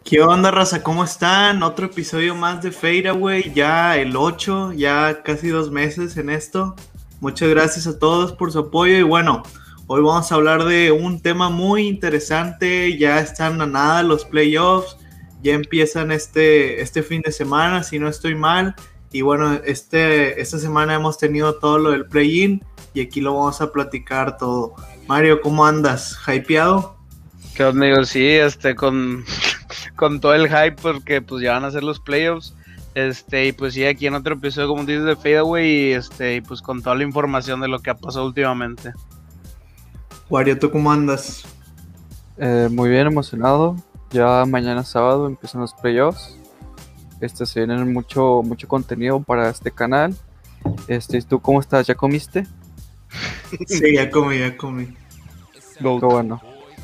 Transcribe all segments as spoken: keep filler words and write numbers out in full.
¿Qué onda, raza? ¿Cómo están? Otro episodio más de Fadeaway, ya el ocho, ya casi dos meses en esto. Muchas gracias a todos por su apoyo y bueno, hoy vamos a hablar de un tema muy interesante. Ya están a nada los playoffs, ya empiezan este, este fin de semana, si no estoy mal. Y bueno, este, esta semana hemos tenido todo lo del play-in y aquí lo vamos a platicar todo. Mario, ¿cómo andas? ¿Hypeado? ¿Qué onda, amigo? Sí, este, con, con todo el hype porque pues ya van a ser los playoffs, este, y pues sí, aquí en otro episodio, como dices, de Fadeaway, y este, y pues con toda la información de lo que ha pasado últimamente. Wario, ¿tú cómo andas? Eh, muy bien, emocionado. Ya mañana sábado empiezan los playoffs. Este, se viene mucho, mucho contenido para este canal. Este, ¿tú cómo estás? ¿Ya comiste? Sí, ya comí, ya comí. Qué bueno.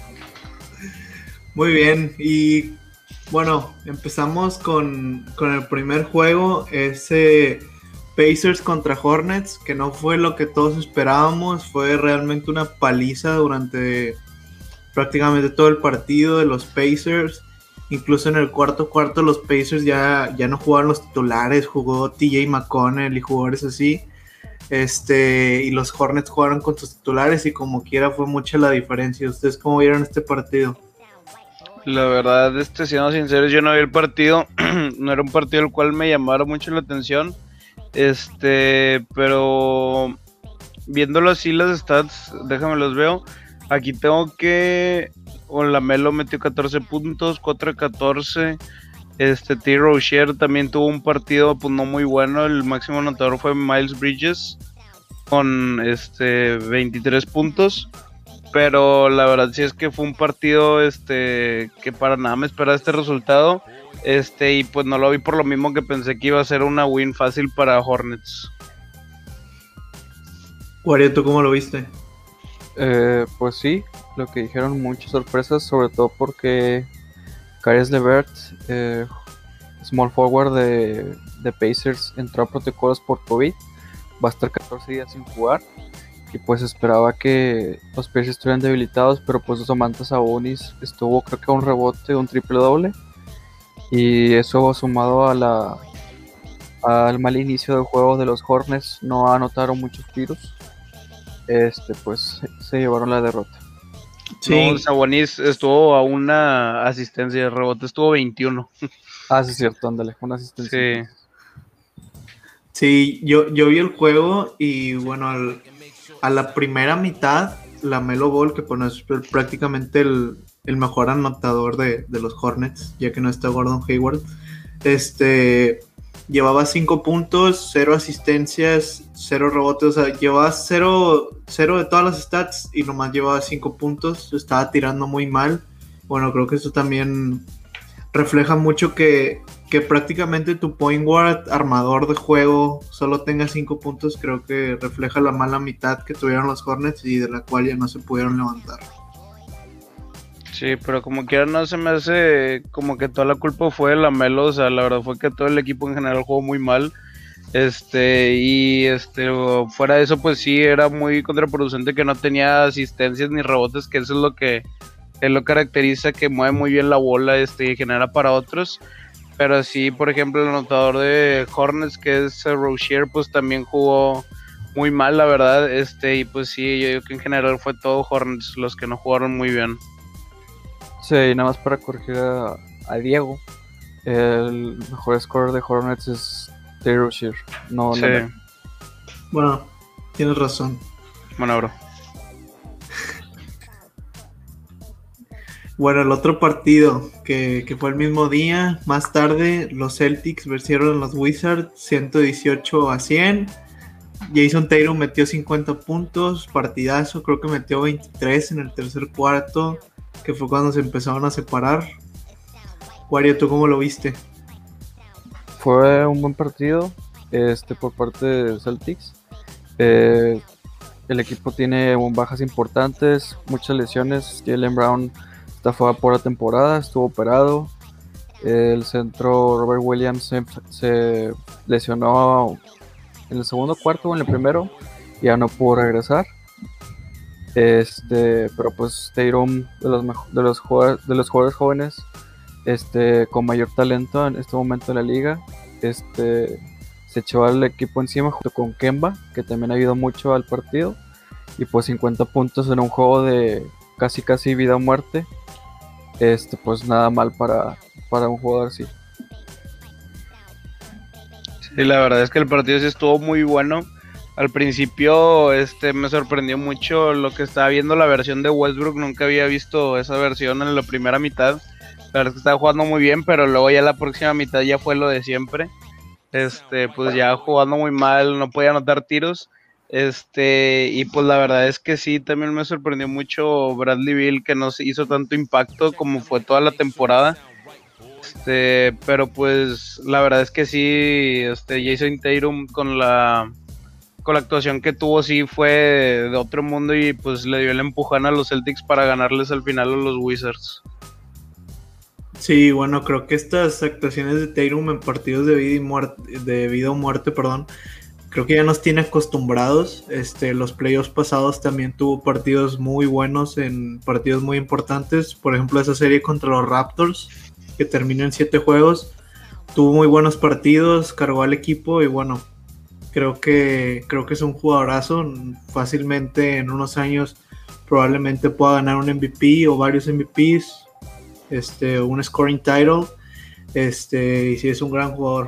Muy bien, y bueno, empezamos con, con el primer juego, ese Pacers contra Hornets, que no fue lo que todos esperábamos, fue realmente una paliza durante prácticamente todo el partido de los Pacers. Incluso en el cuarto cuarto los Pacers ya, ya no jugaron los titulares, jugó T J McConnell y jugadores así. Este, y los Hornets jugaron con sus titulares y como quiera fue mucha la diferencia. ¿Ustedes cómo vieron este partido? La verdad, este, siendo sinceros, yo no vi el partido. No era un partido el cual me llamara mucho la atención. Este, pero viéndolo así las stats, déjame los veo. Aquí tengo que Lamelo metió catorce puntos, cuatro de catorce. Este, T. Rozier también tuvo un partido pues no muy bueno. El máximo anotador fue Miles Bridges con este veintitrés puntos. Pero la verdad sí es que fue un partido este que para nada me esperaba este resultado. Este, y pues no lo vi por lo mismo que pensé que iba a ser una win fácil para Hornets. Wario, ¿tú cómo lo viste? Eh, pues sí, lo que dijeron, muchas sorpresas, sobre todo porque Caris LeVert, eh, small forward de, de Pacers, entró a protocolos por COVID. Va a estar catorce días sin jugar. Y pues esperaba que los Pacers estuvieran debilitados, pero pues Domantas Sabonis estuvo, creo que a un rebote, un triple doble. Y eso sumado a la al mal inicio del juego de los Hornets, no anotaron muchos tiros. Este, pues se llevaron la derrota. Sí. No, Sabonis estuvo a una asistencia de rebote, estuvo veintiuno. Ah, sí, es cierto, ándale, una asistencia. Sí. Sí, yo, yo vi el juego y bueno, al, a la primera mitad, Lamelo Ball, que bueno, es prácticamente el, el mejor anotador de, de los Hornets, ya que no está Gordon Hayward, este, llevaba cinco puntos, cero asistencias, cero rebotes, o sea, llevaba cero, cero de todas las stats y nomás llevaba cinco puntos, estaba tirando muy mal. Bueno, creo que eso también refleja mucho que, que prácticamente tu point guard, armador de juego, solo tenga cinco puntos. Creo que refleja la mala mitad que tuvieron los Hornets y de la cual ya no se pudieron levantar. Sí, pero como quiera no se me hace como que toda la culpa fue de Lamelo. O sea, la verdad fue que todo el equipo en general jugó muy mal. Este, y este, fuera de eso, pues sí, era muy contraproducente que no tenía asistencias ni rebotes, que eso es lo que él lo caracteriza, que mueve muy bien la bola, este, y genera para otros. Pero sí, por ejemplo, el anotador de Hornets, que es Rozier, pues también jugó muy mal, la verdad. Este, y pues sí, yo digo que en general fue todo Hornets los que no jugaron muy bien. Sí, y nada más para corregir a, a Diego, el mejor scorer de Hornets es T. Rozier, no Sí. Lamelo. Bueno, tienes razón. Bueno, bro. Bueno, el otro partido que, que fue el mismo día, más tarde, los Celtics vencieron a los Wizards ciento dieciocho a cien. Jason Tatum metió cincuenta puntos, partidazo, creo que metió veintitrés en el tercer cuarto, que fue cuando se empezaron a separar. Wario, ¿tú cómo lo viste? Fue un buen partido este, por parte de Celtics. Eh, el equipo tiene bajas importantes, muchas lesiones. Jaylen Brown está fuera por la temporada, estuvo operado. El centro Robert Williams se, se lesionó en el segundo cuarto o en el primero, ya no pudo regresar. Este, pero pues Tatum, de los, de los, jugadores, de los jugadores jóvenes, este, con mayor talento en este momento de la liga. Este, se echó al equipo encima junto con Kemba, que también ayudó mucho al partido. Y pues cincuenta puntos en un juego de casi casi vida o muerte. Este, pues nada mal para, para un jugador así. Sí, la verdad es que el partido sí estuvo muy bueno. Al principio este me sorprendió mucho lo que estaba viendo la versión de Westbrook. Nunca había visto esa versión en la primera mitad. La verdad es que estaba jugando muy bien, pero luego ya la próxima mitad ya fue lo de siempre. Este, pues ya jugando muy mal, no podía anotar tiros. Este, y pues la verdad es que sí, también me sorprendió mucho Bradley Beal, que no se hizo tanto impacto como fue toda la temporada. Este, pero pues la verdad es que sí, este Jason Tatum con la con la actuación que tuvo sí fue de otro mundo y pues le dio el empujón a los Celtics para ganarles al final a los Wizards. Sí, bueno, creo que estas actuaciones de Tatum en partidos de vida y muerte, de vida o muerte, perdón, creo que ya nos tiene acostumbrados. Este, los playoffs pasados también tuvo partidos muy buenos en partidos muy importantes. Por ejemplo, esa serie contra los Raptors, que terminó en siete juegos. Tuvo muy buenos partidos, cargó al equipo y bueno, creo que, creo que es un jugadorazo. Fácilmente en unos años probablemente pueda ganar un M V P o varios M V Ps. Este, un scoring title, este, y sí es un gran jugador.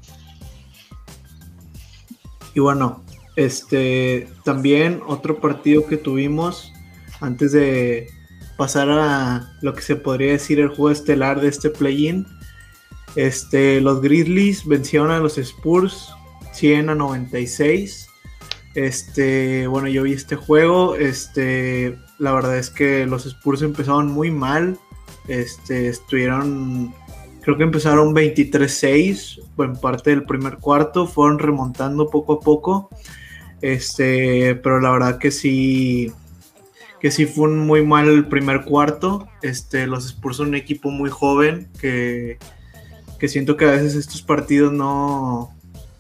Y bueno, este, también otro partido que tuvimos antes de pasar a lo que se podría decir el juego estelar de este play-in. Este, los Grizzlies vencieron a los Spurs cien a noventa y seis. Este, bueno, yo vi este juego. Este, la verdad es que los Spurs empezaron muy mal. Este, estuvieron, creo que empezaron veintitrés seis en parte del primer cuarto, fueron remontando poco a poco, este, pero la verdad que sí, que sí fue un muy mal el primer cuarto. Este, los Spurs son un equipo muy joven que, que siento que a veces estos partidos no,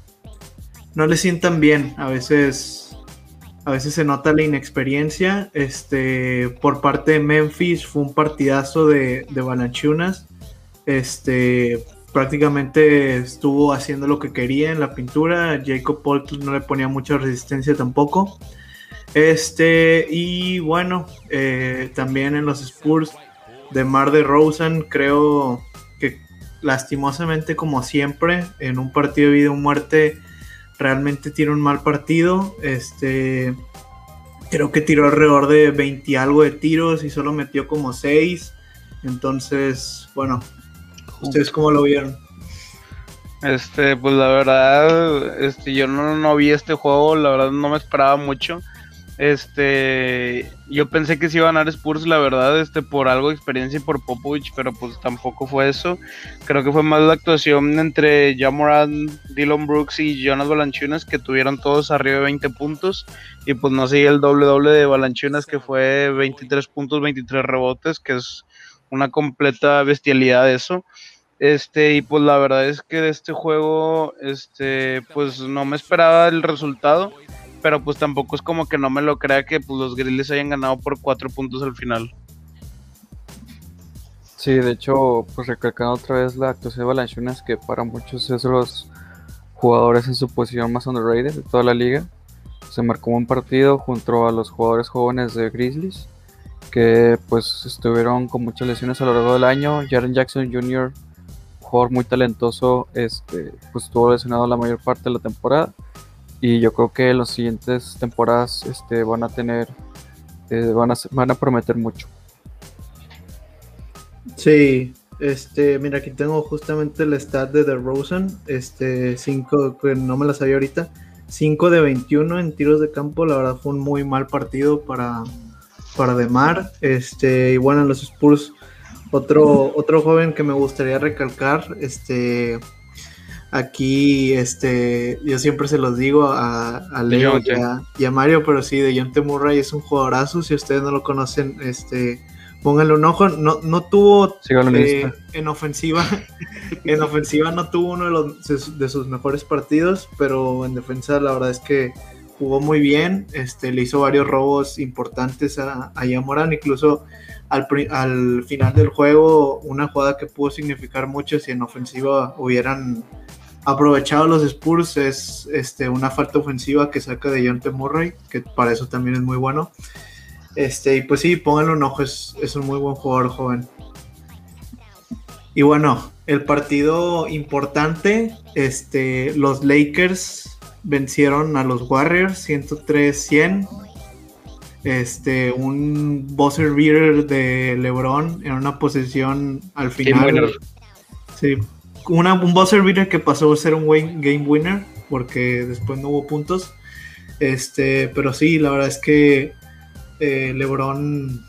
no les sientan bien, a veces... A veces se nota la inexperiencia. Este, por parte de Memphis fue un partidazo de, de Valanciunas. Este, prácticamente estuvo haciendo lo que quería en la pintura. Jacob Poeltl no le ponía mucha resistencia tampoco. Este, y bueno, eh, también en los Spurs, DeMar DeRozan, creo que lastimosamente, como siempre, en un partido de vida o muerte, realmente tiene un mal partido. Este, creo que tiró alrededor de veinte algo de tiros y solo metió como seis. Entonces, bueno, ¿ustedes cómo lo vieron? Este, pues la verdad, este, yo no, no vi este juego, la verdad no me esperaba mucho. Este, yo pensé que se iba a ganar Spurs, la verdad, este, por algo de experiencia y por Popovich, pero pues tampoco fue eso. Creo que fue más la actuación entre Ja Morant, Dillon Brooks y Jonas Valanciunas, que tuvieron todos arriba de veinte puntos, y pues no sé, el doble doble de Valanciunas, que fue veintitrés puntos, veintitrés rebotes, que es una completa bestialidad eso. Este, y pues la verdad es que de este juego, este, pues no me esperaba el resultado, pero pues tampoco es como que no me lo crea que pues los Grizzlies hayan ganado por cuatro puntos al final. Sí, de hecho, pues recalcando otra vez la actuación de Valanciunas, que para muchos es de los jugadores en su posición más underrated de toda la liga. Se marcó un partido junto a los jugadores jóvenes de Grizzlies, que pues estuvieron con muchas lesiones a lo largo del año. Jaren Jackson junior, jugador muy talentoso, este, pues estuvo lesionado la mayor parte de la temporada. Y yo creo que en las siguientes temporadas este, van a tener, eh, van, a, van a prometer mucho. Sí, este, mira, aquí tengo justamente el stat de DeRozan, este, cinco, que no me la sabía ahorita, cinco de veintiuno en tiros de campo. La verdad fue un muy mal partido para, para DeMar. Este, y bueno, en los Spurs, otro, otro joven que me gustaría recalcar, este... Aquí, este, yo siempre se los digo a, a Leo y a, y a Mario, pero sí, Dejounte Murray es un jugadorazo. Si ustedes no lo conocen, este, pónganle un ojo. No, no tuvo eh, en ofensiva, en ofensiva no tuvo uno de, los, de sus mejores partidos, pero en defensa la verdad es que jugó muy bien, este, le hizo varios robos importantes a, a Ja Morant, incluso al, al final del juego, una jugada que pudo significar mucho si en ofensiva hubieran aprovechado los Spurs es este, una falta ofensiva que saca de DeJounte Murray, que para eso también es muy bueno. Este, y pues sí, pónganlo en ojo, es, es un muy buen jugador joven. Y bueno, el partido importante, este, los Lakers vencieron a los Warriors ciento tres cien. Este, un buzzer beater de LeBron en una posesión al final. Sí, una, un buzzer beater que pasó a ser un game winner porque después no hubo puntos. Este, pero sí, la verdad es que eh, LeBron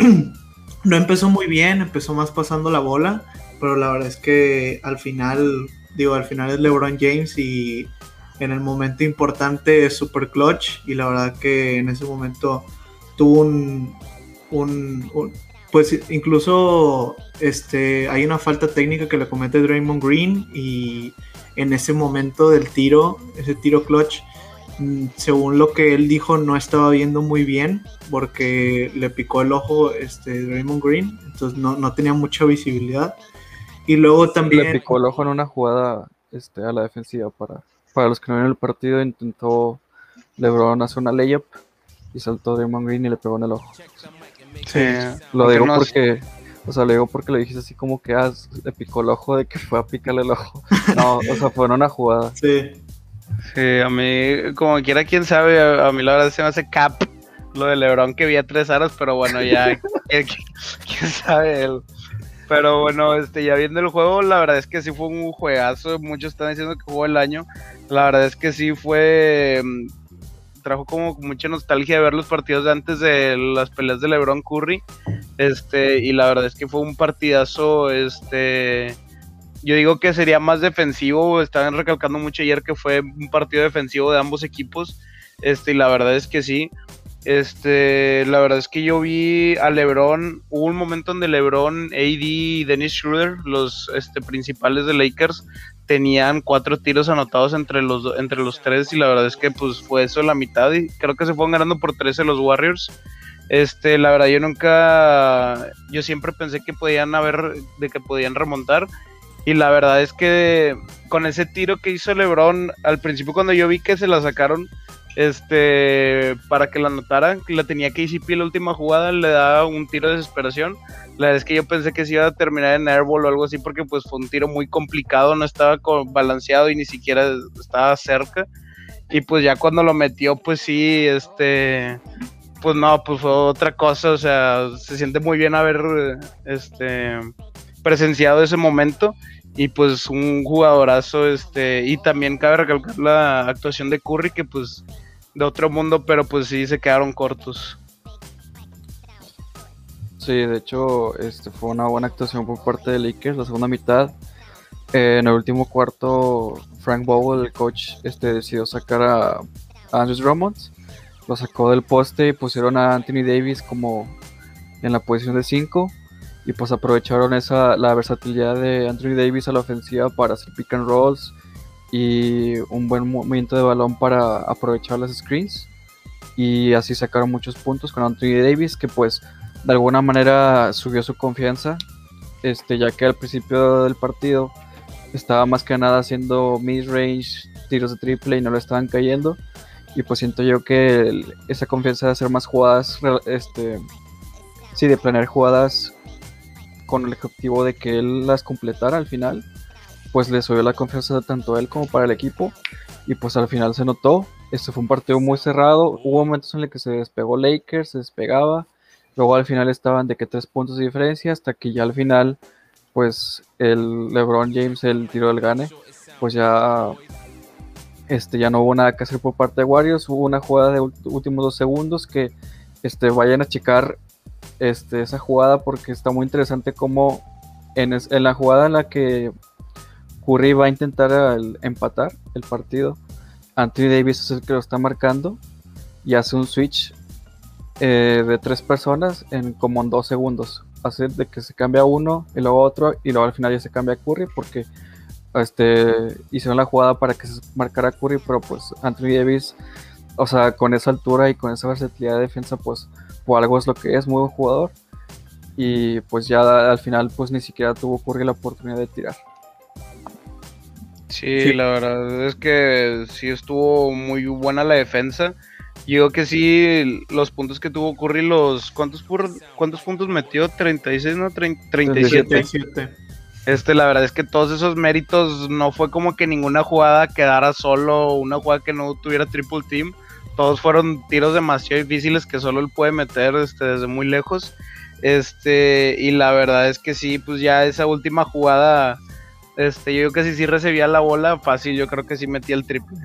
no empezó muy bien, empezó más pasando la bola, pero la verdad es que al final, digo, al final es LeBron James y en el momento importante es super clutch, y la verdad que en ese momento tuvo un, un, un pues incluso este, hay una falta técnica que le comete Draymond Green, y en ese momento del tiro, ese tiro clutch, según lo que él dijo, no estaba viendo muy bien porque le picó el ojo este, Draymond Green, entonces no, no tenía mucha visibilidad. Y luego también le picó el ojo en una jugada este, a la defensiva. Para, para los que no vieron el partido, intentó LeBron hacer una layup y saltó Draymond Green y le pegó en el ojo. Sí, lo digo no porque, o sea, lo digo porque lo dijiste así como que ah, le picó el ojo de que fue a picarle el ojo. No, o sea, fue en una jugada. Sí. Sí, a mí, como quiera, quién sabe, a, a mí la verdad se me hace cap lo de LeBron, que vi a tres aros, pero bueno, ya, quién, quién sabe él. Pero bueno, este, ya viendo el juego, la verdad es que sí fue un juegazo. Muchos están diciendo que jugó el año. La verdad es que sí fue, trajo como mucha nostalgia de ver los partidos de antes de las peleas de LeBron Curry. Este, y la verdad es que fue un partidazo, este, yo digo que sería más defensivo. Estaban recalcando mucho ayer que fue un partido defensivo de ambos equipos. Este, y la verdad es que sí. Este, la verdad es que yo vi a LeBron, hubo un momento donde LeBron, A D y Dennis Schroeder, los este, principales de Lakers, tenían cuatro tiros anotados entre los, entre los tres, y la verdad es que pues fue eso la mitad, y creo que se fueron ganando por trece los Warriors. Este, la verdad yo nunca, yo siempre pensé que podían haber, de que podían remontar, y la verdad es que con ese tiro que hizo LeBron, al principio cuando yo vi que se la sacaron, este, para que la anotaran, que la tenía K C P la última jugada, le daba un tiro de desesperación. La verdad es que yo pensé que se iba a terminar en airball o algo así, porque pues fue un tiro muy complicado, no estaba balanceado y ni siquiera estaba cerca. Y pues ya cuando lo metió, pues sí, este, pues no, pues fue otra cosa. O sea, se siente muy bien haber este, presenciado ese momento. Y pues un jugadorazo, este, y también cabe recalcar la actuación de Curry, que pues de otro mundo, pero pues sí se quedaron cortos. Sí, de hecho, este fue una buena actuación por parte de Lakers, la segunda mitad. Eh, en el último cuarto, Frank Vogel, el coach, este, decidió sacar a, a Andrew Drummond, lo sacó del poste y pusieron a Anthony Davis como en la posición de cinco. Y pues aprovecharon esa, la versatilidad de Anthony Davis a la ofensiva para hacer pick and rolls y un buen movimiento de balón para aprovechar las screens. Y así sacaron muchos puntos con Anthony Davis, que pues de alguna manera subió su confianza, este, ya que al principio del partido estaba más que nada haciendo mid-range, tiros de triple y no le estaban cayendo. Y pues siento yo que el, esa confianza de hacer más jugadas, este, sí, de planear jugadas con el objetivo de que él las completara al final, pues le subió la confianza tanto a él como para el equipo, y pues al final se notó. Este fue un partido muy cerrado, hubo momentos en los que se despegó Lakers, se despegaba, luego al final estaban de que tres puntos de diferencia, hasta que ya al final, pues el LeBron James, el tiro del gane, pues ya este, ya no hubo nada que hacer por parte de Warriors. Hubo una jugada de últimos dos segundos que este, vayan a checar Este, esa jugada, porque está muy interesante como en, es, en la jugada en la que Curry va a intentar el, empatar el partido, Anthony Davis es el que lo está marcando y hace un switch eh, de tres personas en como en dos segundos, hace de que se cambia uno y luego otro y luego al final ya se cambia a Curry, porque este, hicieron la jugada para que se marcara Curry, pero pues Anthony Davis o sea, con esa altura y con esa versatilidad de defensa, pues por algo es lo que es, muy buen jugador. Y pues ya al final pues ni siquiera tuvo Curry la oportunidad de tirar. Sí, Sí. la verdad es que sí estuvo muy buena la defensa. Yo creo que sí, los puntos que tuvo Curry, los ¿cuántos, por, cuántos puntos metió? treinta y seis, ¿no? treinta, treinta y siete. treinta y siete. Este, la verdad es que todos esos méritos, no fue como que ninguna jugada quedara solo, una jugada que no tuviera triple team. Todos fueron tiros demasiado difíciles que solo él puede meter este, desde muy lejos. Este, y la verdad es que sí, pues ya esa última jugada, este, yo creo que si sí recibía la bola fácil, yo creo que sí metía el triple.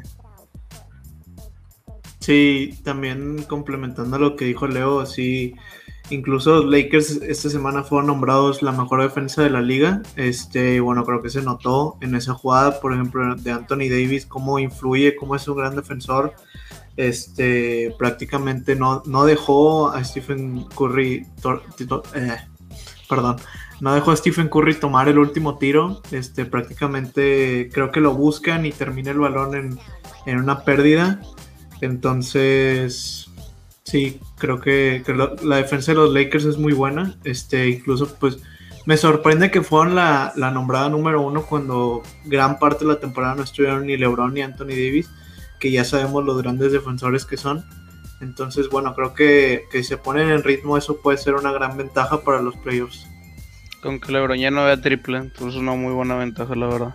Sí, también complementando lo que dijo Leo, sí, incluso los Lakers esta semana fueron nombrados la mejor defensa de la liga. Este, bueno, creo que se notó en esa jugada, por ejemplo, de Anthony Davis, cómo influye, cómo es un gran defensor. Este, prácticamente no, no dejó a Stephen Curry, tor, tor, eh, perdón, no dejó a Stephen Curry tomar el último tiro. Este, prácticamente creo que lo buscan y termina el balón en, en una pérdida. Entonces, sí, creo que, que lo, la defensa de los Lakers es muy buena. Este, incluso, pues, me sorprende que fueron la, la nombrada número uno cuando gran parte de la temporada no estuvieron ni LeBron ni Anthony Davis, que ya sabemos los grandes defensores que son. Entonces, bueno, creo que, que si se ponen en ritmo, eso puede ser una gran ventaja para los playoffs. Con que LeBron ya no vea triple, entonces una muy buena ventaja, la verdad.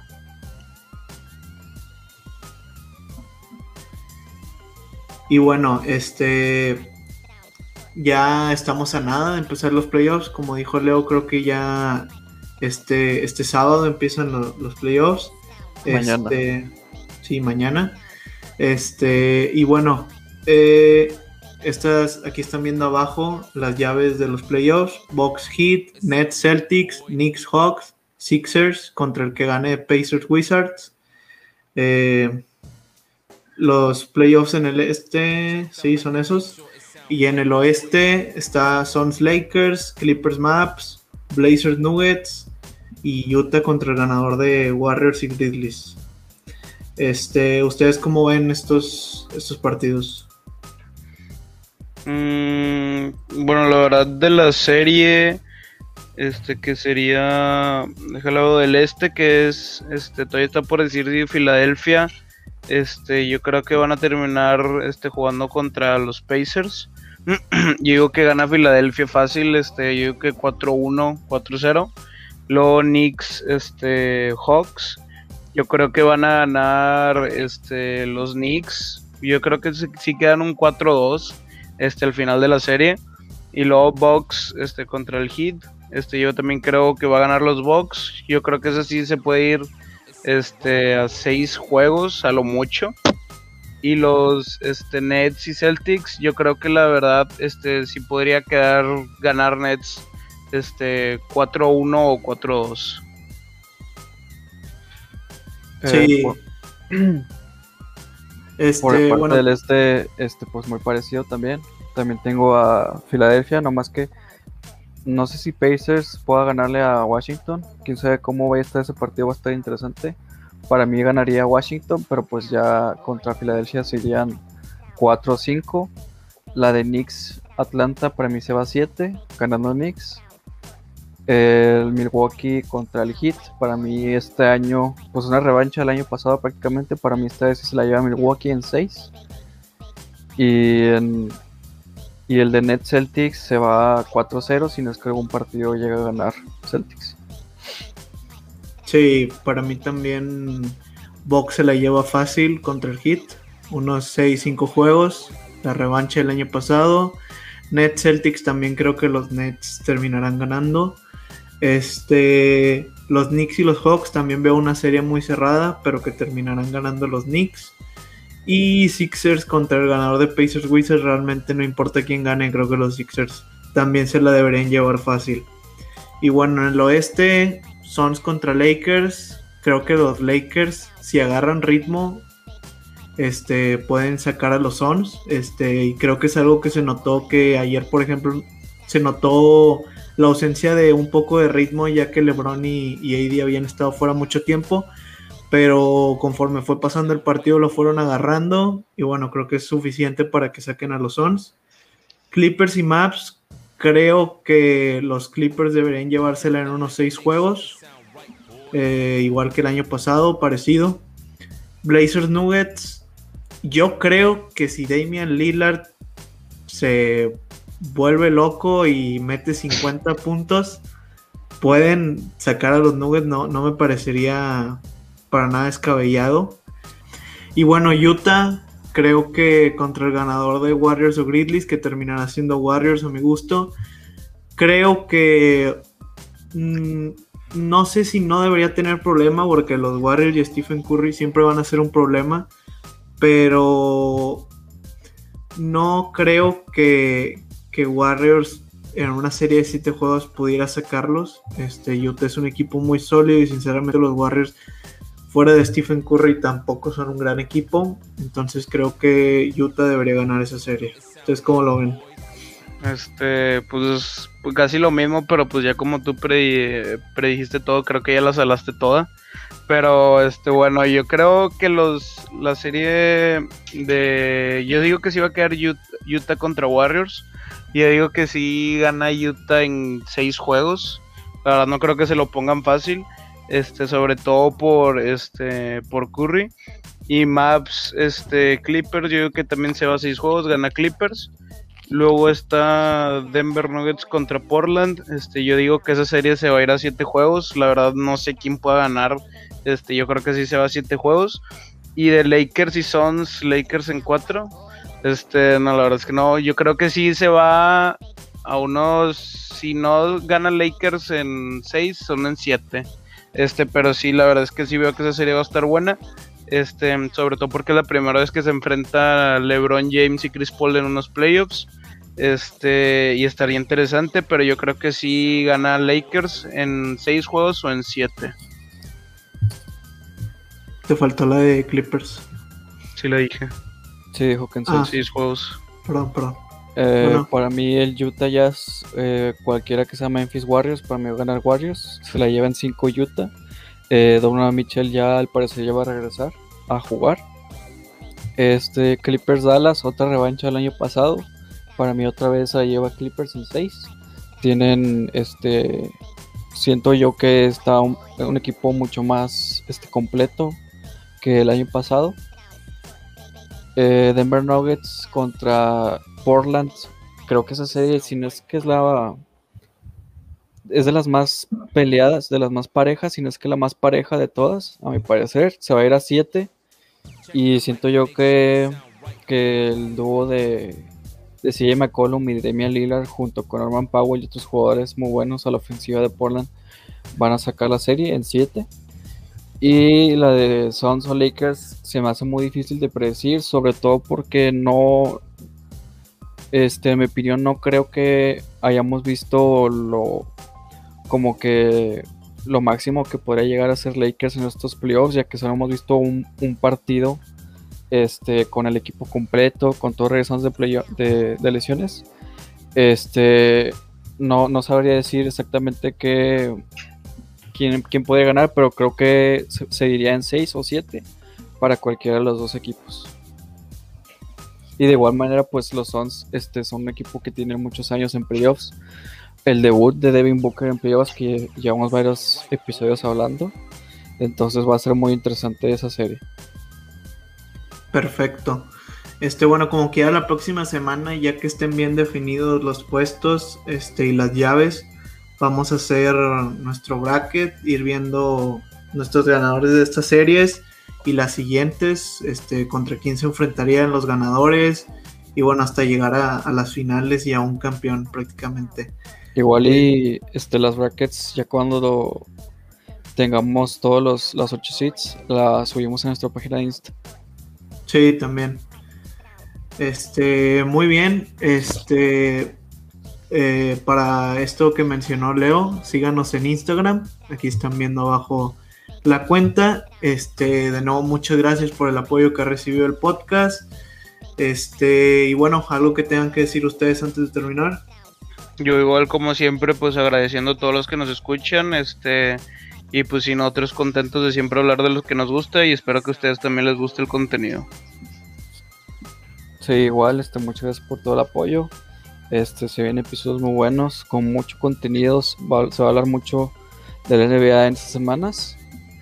Y bueno, este ya estamos a nada de empezar los playoffs. Como dijo Leo, creo que ya este, este sábado empiezan los, los playoffs. Mañana. Este, sí, mañana. Este, y bueno, eh, estas aquí están viendo abajo las llaves de los playoffs: Bucks Heat, Nets Celtics, Knicks Hawks, Sixers contra el que gane Pacers Wizards. Eh, Los playoffs en el este, sí, son esos. Y en el oeste está Suns Lakers, Clippers Maps, Blazers Nuggets y Utah contra el ganador de Warriors y Grizzlies. Este, ¿ustedes cómo ven estos, estos partidos? Mm, bueno, la verdad de la serie, este que sería, déjalo del este, que es, este, todavía está por decir Filadelfia. Este, yo creo que van a terminar este, jugando contra los Pacers. Yo digo que gana Filadelfia fácil, este, yo digo que cuatro uno, cuatro cero. Luego Knicks, este, Hawks. Yo creo que van a ganar este, los Knicks. Yo creo que sí, sí quedan un cuatro dos este, al final de la serie. Y luego Bucks este, contra el Heat. Este, yo también creo que va a ganar los Bucks. Yo creo que ese sí se puede ir este, a seis juegos a lo mucho. Y los este, Nets y Celtics, yo creo que la verdad este, sí podría quedar ganar Nets este, cuatro uno o cuatro dos. Sí. Eh, por, este, por el parte bueno, del este, este, pues muy parecido también. También tengo a Filadelfia, nomás que no sé si Pacers pueda ganarle a Washington. Quién sabe cómo va a estar ese partido, va a estar interesante. Para mí ganaría Washington, pero pues ya contra Filadelfia serían cuatro cinco. La de Knicks Atlanta para mí se va a siete, ganando Knicks. El Milwaukee contra el Heat, para mí este año, pues una revancha del año pasado prácticamente. Para mí esta vez se la lleva Milwaukee en seis. Y, en, y el de Nets Celtics se va a cuatro cero, si no es que algún partido llega a ganar Celtics. sí, para mí también Bucks se la lleva fácil contra el Heat. Unos seis cinco juegos, la revancha del año pasado. Nets Celtics también creo que los Nets terminarán ganando. Este, los Knicks y los Hawks también veo una serie muy cerrada, pero que terminarán ganando los Knicks. Y Sixers contra el ganador de Pacers Wizards, realmente no importa quién gane, creo que los Sixers también se la deberían llevar fácil. Y bueno, en el oeste, Suns contra Lakers, creo que los Lakers, si agarran ritmo, este, pueden sacar a los Suns, este, y creo que es algo que se notó, que ayer, por ejemplo, se notó la ausencia de un poco de ritmo, ya que LeBron y, y A D habían estado fuera mucho tiempo, pero conforme fue pasando el partido lo fueron agarrando y bueno, creo que es suficiente para que saquen a los Suns. Clippers y Mavs, creo que los Clippers deberían llevársela en unos seis juegos, eh, igual que el año pasado, parecido. Blazers Nuggets, yo creo que si Damian Lillard se vuelve loco y mete cincuenta puntos, pueden sacar a los Nuggets, no, no me parecería para nada descabellado. Y bueno, Utah, creo que contra el ganador de Warriors o Grizzlies, que terminará siendo Warriors a mi gusto, creo que mmm, no sé si no debería tener problema, porque los Warriors y Stephen Curry siempre van a ser un problema, pero no creo que, que Warriors en una serie de siete juegos pudiera sacarlos. Este, Utah es un equipo muy sólido y sinceramente los Warriors fuera de Stephen Curry tampoco son un gran equipo, entonces creo que Utah debería ganar esa serie. ¿Ustedes cómo lo ven? Este, pues, pues casi lo mismo, pero pues ya como tú predi- predijiste todo, creo que ya la salaste toda. Pero este, bueno, yo creo que los la serie de, yo digo que sí va a quedar Utah, Utah contra Warriors. Yo digo que sí gana Utah en seis juegos. La verdad no creo que se lo pongan fácil. Este, sobre todo por este por Curry. Y Mavs, este, Clippers, yo digo que también se va a seis juegos, gana Clippers. Luego está Denver Nuggets contra Portland. Este, yo digo que esa serie se va a ir a siete juegos. La verdad no sé quién pueda ganar. Este, yo creo que sí se va a siete juegos. Y de Lakers y Suns, Lakers en cuatro. Este, no, la verdad es que no. Yo creo que sí se va a unos. Si no gana Lakers en seis, son en siete. Este, pero sí, la verdad es que sí veo que esa serie va a estar buena. Este, sobre todo porque es la primera vez que se enfrenta LeBron James y Chris Paul en unos playoffs. Este, y estaría interesante, pero yo creo que sí gana Lakers en seis juegos o en siete. Te faltó la de Clippers. Sí, le dije. Sí, dijo que en seis. Ah. seis juegos. Perdón, perdón. Eh, Bueno. Para mí el Utah Jazz, eh, cualquiera que sea Memphis Warriors, para mí va a ganar Warriors. Se la llevan cinco Utah. Eh, Donovan Mitchell ya al parecer ya va a regresar a jugar. Este, Clippers Dallas, otra revancha del año pasado. Para mí otra vez se la lleva Clippers en seis. Tienen, este, siento yo que está un, un equipo mucho más este, completo que el año pasado. Eh, Denver Nuggets contra Portland, creo que esa serie, si no es que es la es de las más peleadas, de las más parejas, si no es que la más pareja de todas, a mi parecer, se va a ir a siete. Y siento yo que, que el dúo de, de C J McCollum y Damian Lillard junto con Norman Powell y otros jugadores muy buenos a la ofensiva de Portland van a sacar la serie en siete. Y la de Suns o Lakers se me hace muy difícil de predecir, sobre todo porque no, este, en mi opinión, no creo que hayamos visto lo, como que lo máximo que podría llegar a ser Lakers en estos playoffs, ya que solo hemos visto un, un partido, este, con el equipo completo, con todos regresando de, play, de, de lesiones. Este, no, no sabría decir exactamente qué. Quién, quién puede ganar, pero creo que se, se iría en seis o siete para cualquiera de los dos equipos. Y de igual manera, pues los Suns este, son un equipo que tiene muchos años en playoffs. El debut de Devin Booker en playoffs, que llevamos varios episodios hablando. Entonces va a ser muy interesante esa serie. Perfecto. Este, bueno, como que ya la próxima semana, ya que estén bien definidos los puestos este, y las llaves, vamos a hacer nuestro bracket, ir viendo nuestros ganadores de estas series y las siguientes, este, contra quién se enfrentarían los ganadores y bueno, hasta llegar a, a las finales y a un campeón prácticamente. Igual y este, las brackets, ya cuando lo tengamos todos los las ocho seeds, las subimos a nuestra página de Insta. Sí, también. Este, muy bien, este... Eh, para esto que mencionó Leo, síganos en Instagram, aquí están viendo abajo la cuenta. Este, de nuevo, muchas gracias por el apoyo que ha recibido el podcast. Este, y bueno, algo que tengan que decir ustedes antes de terminar. Yo igual como siempre, pues agradeciendo a todos los que nos escuchan, este, Y pues si nosotros contentos de siempre hablar de lo que nos gusta y espero que a ustedes también les guste el contenido. Sí, igual, este, muchas gracias por todo el apoyo. Este, se vienen episodios muy buenos, con mucho contenido. Va, se va a hablar mucho de la N B A en estas semanas.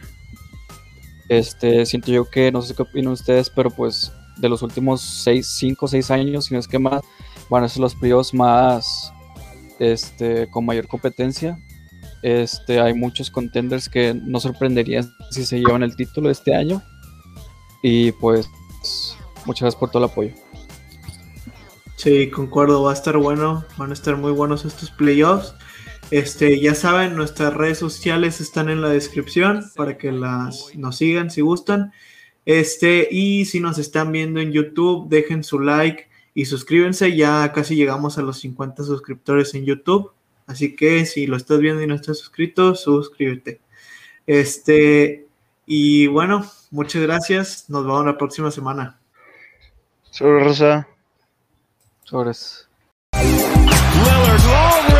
Este, siento yo que, no sé qué opinan ustedes, pero pues de los últimos seis, cinco o seis años, si no es que más, van a ser los playoffs más, este, con mayor competencia. Este, hay muchos contenders que no sorprenderían si se llevan el título este año. Y pues, muchas gracias por todo el apoyo. Sí, concuerdo, va a estar bueno, van a estar muy buenos estos playoffs. Este, ya saben, nuestras redes sociales están en la descripción para que las nos sigan si gustan. Este, y si nos están viendo en YouTube, dejen su like y suscríbanse. Ya casi llegamos a los cincuenta suscriptores en YouTube. Así que si lo estás viendo y no estás suscrito, suscríbete. Este, y bueno, muchas gracias. Nos vemos la próxima semana. Sobre Rosa. Sobres. Lillard, long